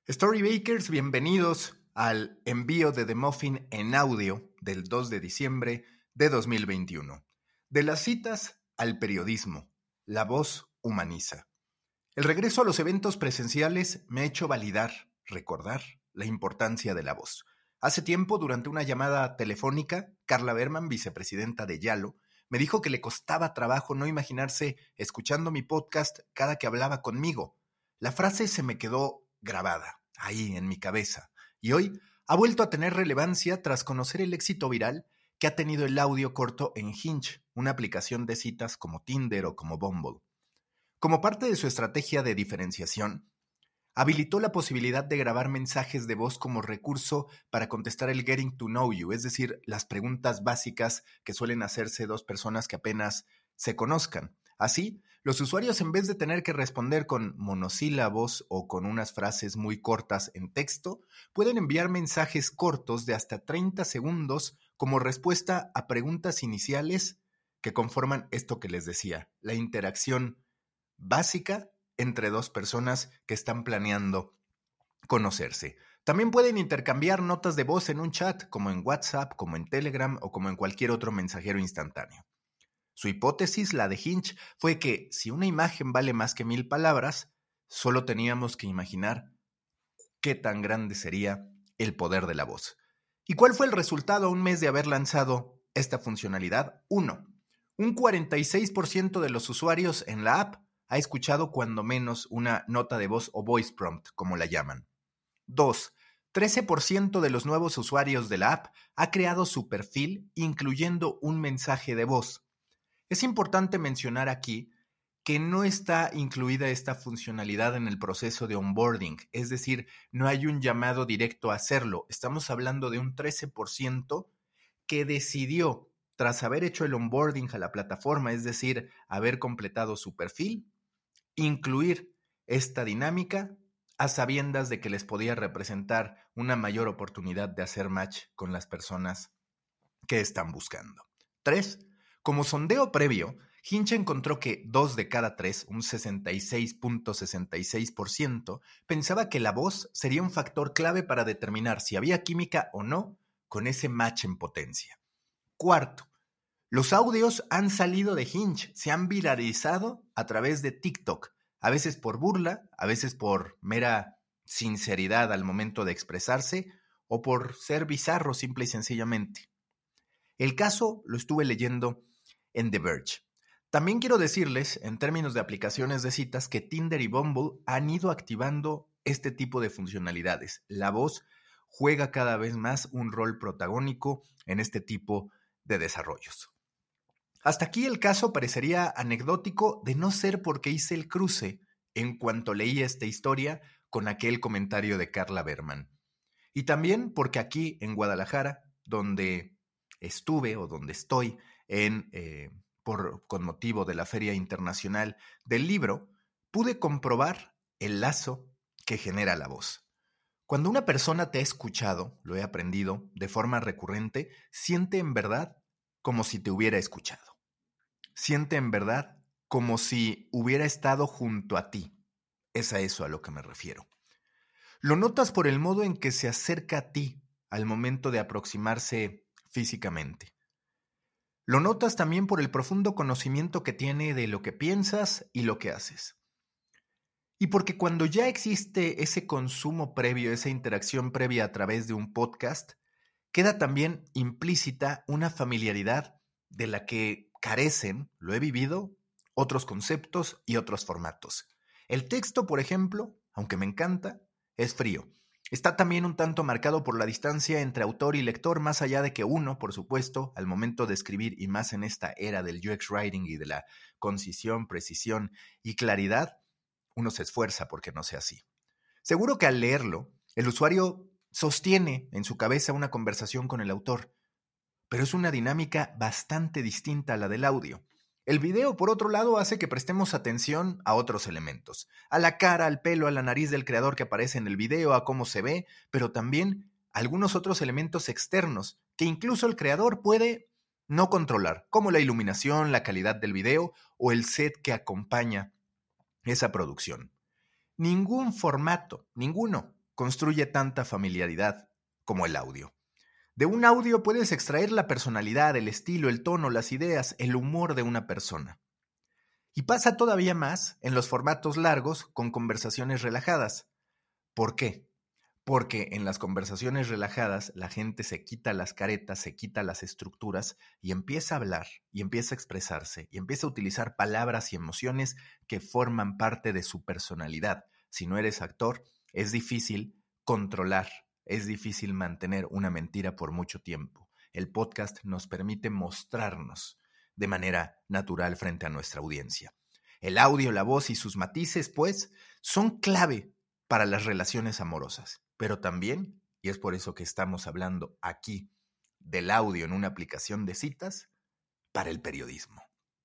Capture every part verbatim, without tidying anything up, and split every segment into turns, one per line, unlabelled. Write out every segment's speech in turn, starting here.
Storybakers, bienvenidos al envío de The Muffin en audio del dos de diciembre de dos mil veintiuno. De las citas al periodismo, la voz humaniza. El regreso a los eventos presenciales me ha hecho validar, recordar la importancia de la voz. Hace tiempo, durante una llamada telefónica, Carla Berman, vicepresidenta de Yalo, me dijo que le costaba trabajo no imaginarse escuchando mi podcast cada que hablaba conmigo. La frase se me quedó grabada, ahí en mi cabeza, y hoy ha vuelto a tener relevancia tras conocer el éxito viral que ha tenido el audio corto en Hinge, una aplicación de citas como Tinder o como Bumble. Como parte de su estrategia de diferenciación, habilitó la posibilidad de grabar mensajes de voz como recurso para contestar el Getting to Know You, es decir, las preguntas básicas que suelen hacerse dos personas que apenas se conozcan. Así, los usuarios, en vez de tener que responder con monosílabos o con unas frases muy cortas en texto, pueden enviar mensajes cortos de hasta treinta segundos como respuesta a preguntas iniciales que conforman esto que les decía, la interacción básica entre dos personas que están planeando conocerse. También pueden intercambiar notas de voz en un chat, como en WhatsApp, como en Telegram o como en cualquier otro mensajero instantáneo. Su hipótesis, la de Hinge, fue que si una imagen vale más que mil palabras, solo teníamos que imaginar qué tan grande sería el poder de la voz. ¿Y cuál fue el resultado a un mes de haber lanzado esta funcionalidad? Uno, un cuarenta y seis por ciento de los usuarios en la app ha escuchado cuando menos una nota de voz o voice prompt, como la llaman. Dos, trece por ciento de los nuevos usuarios de la app ha creado su perfil incluyendo un mensaje de voz. Es importante mencionar aquí que no está incluida esta funcionalidad en el proceso de onboarding, es decir, no hay un llamado directo a hacerlo. Estamos hablando de un trece por ciento que decidió, tras haber hecho el onboarding a la plataforma, es decir, haber completado su perfil, incluir esta dinámica a sabiendas de que les podía representar una mayor oportunidad de hacer match con las personas que están buscando. Tres, como sondeo previo, Hinge encontró que dos de cada tres, un sesenta y seis punto sesenta y seis por ciento, pensaba que la voz sería un factor clave para determinar si había química o no con ese match en potencia. Cuarto, los audios han salido de Hinge, se han viralizado a través de TikTok, a veces por burla, a veces por mera sinceridad al momento de expresarse o por ser bizarro simple y sencillamente. El caso lo estuve leyendo en The Verge. También quiero decirles, en términos de aplicaciones de citas, que Tinder y Bumble han ido activando este tipo de funcionalidades. La voz juega cada vez más un rol protagónico en este tipo de desarrollos. Hasta aquí el caso parecería anecdótico de no ser porque hice el cruce en cuanto leí esta historia con aquel comentario de Carla Berman. Y también porque aquí en Guadalajara, donde estuve o donde estoy en, eh, por, con motivo de la Feria Internacional del Libro, pude comprobar el lazo que genera la voz. Cuando una persona te ha escuchado, lo he aprendido, de forma recurrente, siente en verdad como si te hubiera escuchado. Siente en verdad como si hubiera estado junto a ti. Es a eso a lo que me refiero. Lo notas por el modo en que se acerca a ti al momento de aproximarse físicamente. Lo notas también por el profundo conocimiento que tiene de lo que piensas y lo que haces. Y porque cuando ya existe ese consumo previo, esa interacción previa a través de un podcast, queda también implícita una familiaridad de la que carecen, lo he vivido, otros conceptos y otros formatos. El texto, por ejemplo, aunque me encanta, es frío. Está también un tanto marcado por la distancia entre autor y lector, más allá de que uno, por supuesto, al momento de escribir y más en esta era del U X Writing y de la concisión, precisión y claridad, uno se esfuerza porque no sea así. Seguro que al leerlo, el usuario sostiene en su cabeza una conversación con el autor, pero es una dinámica bastante distinta a la del audio. El video, por otro lado, hace que prestemos atención a otros elementos, a la cara, al pelo, a la nariz del creador que aparece en el video, a cómo se ve, pero también a algunos otros elementos externos que incluso el creador puede no controlar, como la iluminación, la calidad del video o el set que acompaña esa producción. Ningún formato, ninguno, construye tanta familiaridad como el audio. De un audio puedes extraer la personalidad, el estilo, el tono, las ideas, el humor de una persona. Y pasa todavía más en los formatos largos con conversaciones relajadas. ¿Por qué? Porque en las conversaciones relajadas la gente se quita las caretas, se quita las estructuras y empieza a hablar, y empieza a expresarse, y empieza a utilizar palabras y emociones que forman parte de su personalidad. Si no eres actor, es difícil controlar, es difícil mantener una mentira por mucho tiempo. El podcast nos permite mostrarnos de manera natural frente a nuestra audiencia. El audio, la voz y sus matices, pues, son clave para las relaciones amorosas, pero también, y es por eso que estamos hablando aquí del audio en una aplicación de citas, para el periodismo.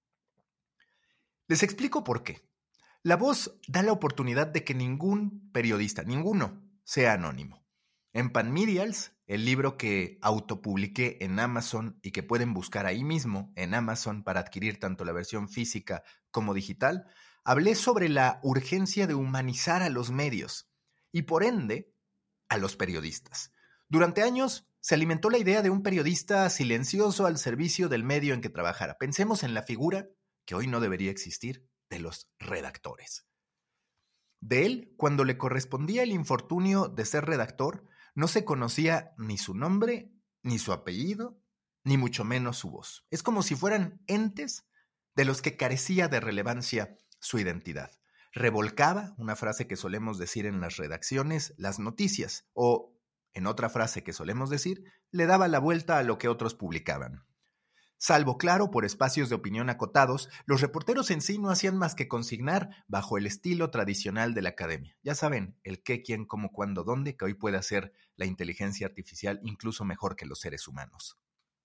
Les explico por qué. La voz da la oportunidad de que ningún periodista, ninguno, sea anónimo. En Panmedials, el libro que autopubliqué en Amazon y que pueden buscar ahí mismo en Amazon para adquirir tanto la versión física como digital, hablé sobre la urgencia de humanizar a los medios y por ende a los periodistas. Durante años se alimentó la idea de un periodista silencioso al servicio del medio en que trabajara. Pensemos en la figura, que hoy no debería existir, de los redactores. De él, cuando le correspondía el infortunio de ser redactor, no se conocía ni su nombre, ni su apellido, ni mucho menos su voz. Es como si fueran entes de los que carecía de relevancia su identidad. Revolcaba, una frase que solemos decir en las redacciones, las noticias, o, en otra frase que solemos decir, le daba la vuelta a lo que otros publicaban. Salvo, claro, por espacios de opinión acotados, los reporteros en sí no hacían más que consignar bajo el estilo tradicional de la academia. Ya saben, el qué, quién, cómo, cuándo, dónde, que hoy puede hacer la inteligencia artificial incluso mejor que los seres humanos.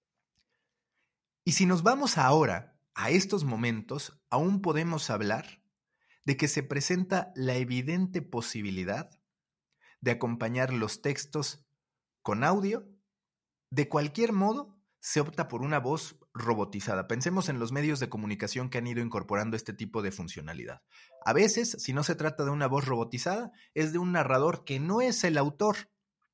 Y si nos vamos ahora a estos momentos, aún podemos hablar de que se presenta la evidente posibilidad de acompañar los textos con audio. De cualquier modo, se opta por una voz robotizada. Pensemos en los medios de comunicación que han ido incorporando este tipo de funcionalidad. A veces, si no se trata de una voz robotizada, es de un narrador que no es el autor.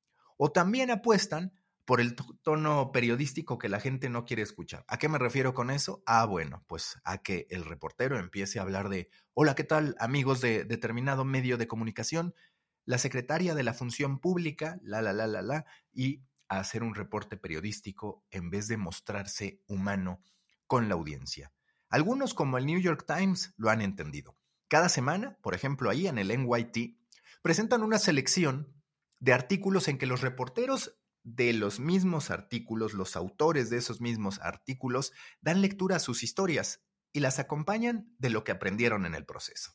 O también apuestan por el tono periodístico que la gente no quiere escuchar. ¿A qué me refiero con eso? Ah, bueno, pues a que el reportero empiece a hablar de hola, ¿qué tal, amigos de determinado medio de comunicación? La secretaria de la Función Pública, la, la, la, la, la, y a hacer un reporte periodístico en vez de mostrarse humano con la audiencia. Algunos, como el New York Times, lo han entendido. Cada semana, por ejemplo, ahí en el N Y T, presentan una selección de artículos en que los reporteros de los mismos artículos, los autores de esos mismos artículos, dan lectura a sus historias y las acompañan de lo que aprendieron en el proceso.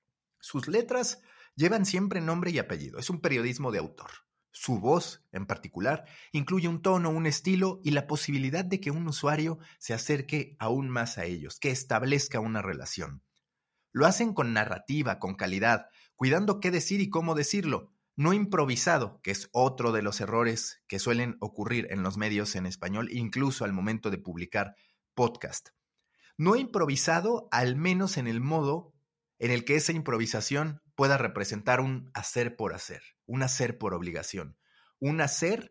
Sus letras llevan siempre nombre y apellido. Es un periodismo de autor. Su voz, en particular, incluye un tono, un estilo y la posibilidad de que un usuario se acerque aún más a ellos, que establezca una relación. Lo hacen con narrativa, con calidad, cuidando qué decir y cómo decirlo, no improvisado, que es otro de los errores que suelen ocurrir en los medios en español, incluso al momento de publicar podcast. No improvisado, al menos en el modo en el que esa improvisación pueda representar un hacer por hacer, un hacer por obligación, un hacer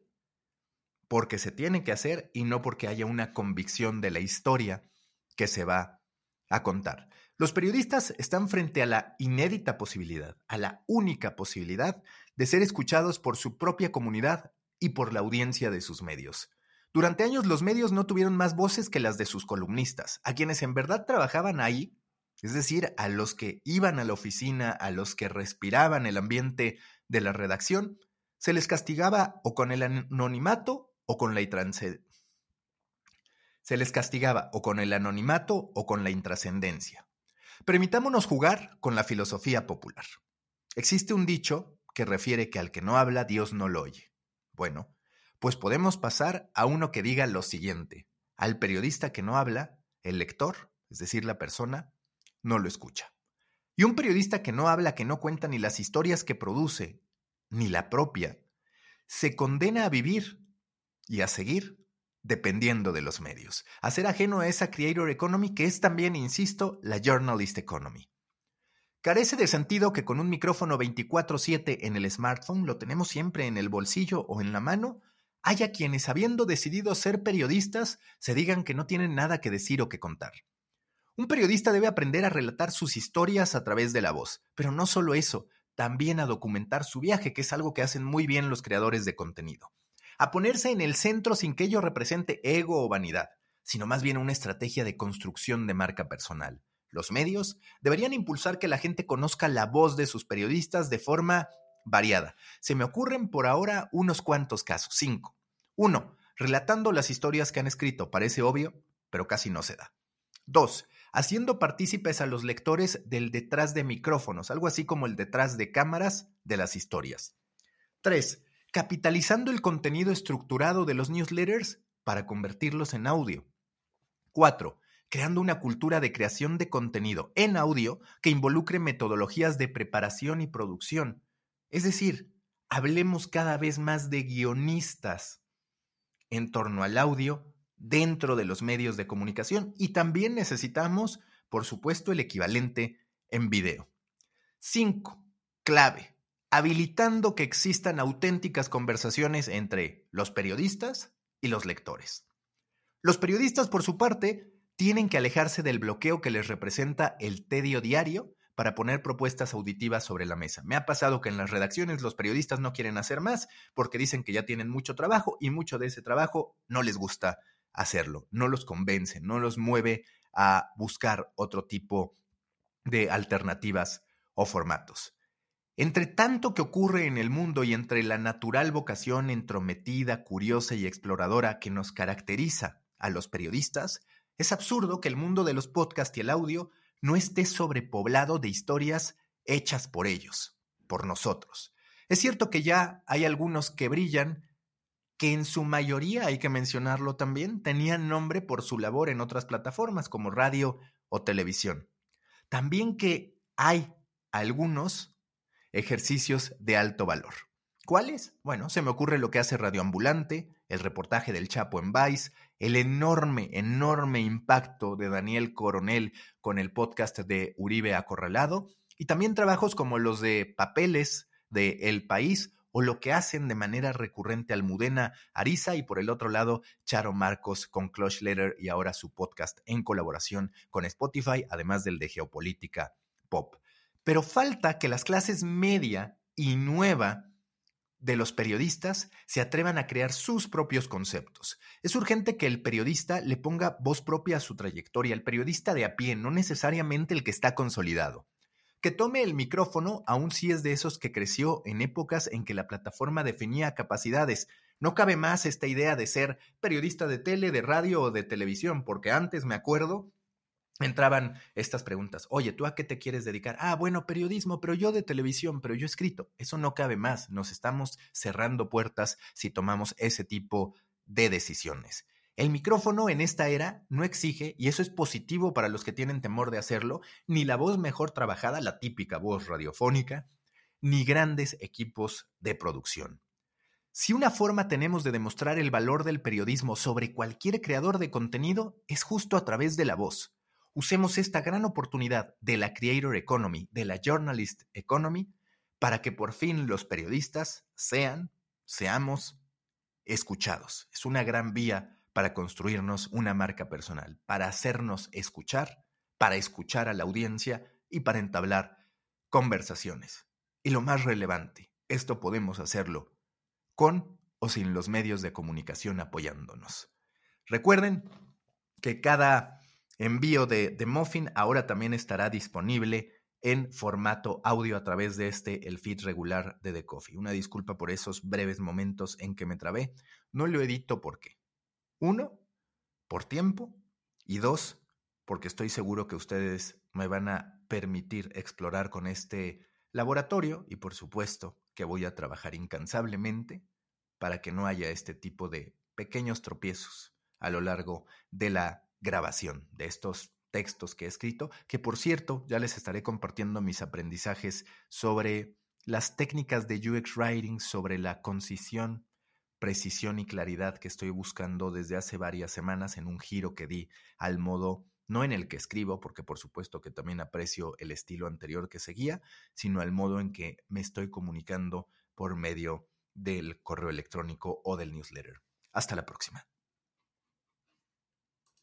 porque se tiene que hacer y no porque haya una convicción de la historia que se va a contar. Los periodistas están frente a la inédita posibilidad, a la única posibilidad de ser escuchados por su propia comunidad y por la audiencia de sus medios. Durante años los medios no tuvieron más voces que las de sus columnistas, a quienes en verdad trabajaban ahí, es decir, a los que iban a la oficina, a los que respiraban el ambiente de la redacción, se les castigaba o con el anonimato o con la intrascendencia. Se les castigaba o con el anonimato o con la intrascendencia. Permitámonos jugar con la filosofía popular. Existe un dicho que refiere que al que no habla, Dios no lo oye. Bueno, pues podemos pasar a uno que diga lo siguiente. Al periodista que no habla, el lector, es decir, la persona, no lo escucha. Y un periodista que no habla, que no cuenta ni las historias que produce, ni la propia, se condena a vivir y a seguir dependiendo de los medios, a ser ajeno a esa creator economy que es también, insisto, la journalist economy. Carece de sentido que con un micrófono veinticuatro siete en el smartphone, lo tenemos siempre en el bolsillo o en la mano, haya quienes, habiendo decidido ser periodistas, se digan que no tienen nada que decir o que contar. Un periodista debe aprender a relatar sus historias a través de la voz, pero no solo eso, también a documentar su viaje, que es algo que hacen muy bien los creadores de contenido. A ponerse en el centro sin que ello represente ego o vanidad, sino más bien una estrategia de construcción de marca personal. Los medios deberían impulsar que la gente conozca la voz de sus periodistas de forma variada. Se me ocurren por ahora unos cuantos casos, cinco. Uno, relatando las historias que han escrito. Parece obvio, pero casi no se da. Dos, haciendo partícipes a los lectores del detrás de micrófonos, algo así como el detrás de cámaras de las historias. Tres, capitalizando el contenido estructurado de los newsletters para convertirlos en audio. Cuatro, creando una cultura de creación de contenido en audio que involucre metodologías de preparación y producción. Es decir, hablemos cada vez más de guionistas en torno al audio dentro de los medios de comunicación, y también necesitamos, por supuesto, el equivalente en video. Cinco, clave, habilitando que existan auténticas conversaciones entre los periodistas y los lectores. Los periodistas, por su parte, tienen que alejarse del bloqueo que les representa el tedio diario para poner propuestas auditivas sobre la mesa. Me ha pasado que en las redacciones los periodistas no quieren hacer más porque dicen que ya tienen mucho trabajo y mucho de ese trabajo no les gusta hacerlo, no los convence, no los mueve a buscar otro tipo de alternativas o formatos. Entre tanto que ocurre en el mundo y entre la natural vocación entrometida, curiosa y exploradora que nos caracteriza a los periodistas, es absurdo que el mundo de los podcasts y el audio no esté sobrepoblado de historias hechas por ellos, por nosotros. Es cierto que ya hay algunos que brillan, que en su mayoría, hay que mencionarlo también, tenían nombre por su labor en otras plataformas como radio o televisión. También que hay algunos ejercicios de alto valor. ¿Cuáles? Bueno, se me ocurre lo que hace Radio Ambulante, el reportaje del Chapo en Vice, el enorme, enorme impacto de Daniel Coronel con el podcast de Uribe Acorralado, y también trabajos como los de Papeles de El País o lo que hacen de manera recurrente Almudena Ariza y por el otro lado Charo Marcos con Clutchletter y ahora su podcast en colaboración con Spotify, además del de Geopolítica Pop. Pero falta que las clases media y nueva de los periodistas se atrevan a crear sus propios conceptos. Es urgente que el periodista le ponga voz propia a su trayectoria, el periodista de a pie, no necesariamente el que está consolidado. Que tome el micrófono, aun si es de esos que creció en épocas en que la plataforma definía capacidades. No cabe más esta idea de ser periodista de tele, de radio o de televisión, porque antes, me acuerdo, entraban estas preguntas. Oye, ¿tú a qué te quieres dedicar? Ah, bueno, periodismo, pero yo de televisión, pero yo he escrito. Eso no cabe más. Nos estamos cerrando puertas si tomamos ese tipo de decisiones. El micrófono en esta era no exige, y eso es positivo para los que tienen temor de hacerlo, ni la voz mejor trabajada, la típica voz radiofónica, ni grandes equipos de producción. Si una forma tenemos de demostrar el valor del periodismo sobre cualquier creador de contenido, es justo a través de la voz. Usemos esta gran oportunidad de la Creator Economy, de la Journalist Economy, para que por fin los periodistas sean, seamos escuchados. Es una gran vía para construirnos una marca personal, para hacernos escuchar, para escuchar a la audiencia y para entablar conversaciones. Y lo más relevante, esto podemos hacerlo con o sin los medios de comunicación apoyándonos. Recuerden que cada envío de, de Muffin ahora también estará disponible en formato audio a través de este, el feed regular de The Coffee. Una disculpa por esos breves momentos en que me trabé. No lo edito porque, uno, por tiempo, y dos, porque estoy seguro que ustedes me van a permitir explorar con este laboratorio y por supuesto que voy a trabajar incansablemente para que no haya este tipo de pequeños tropiezos a lo largo de la grabación de estos textos que he escrito, que por cierto ya les estaré compartiendo mis aprendizajes sobre las técnicas de U X Writing, sobre la concisión, precisión y claridad que estoy buscando desde hace varias semanas en un giro que di al modo no en el que escribo, porque por supuesto que también aprecio el estilo anterior que seguía, sino al modo en que me estoy comunicando por medio del correo electrónico o del newsletter. Hasta la próxima.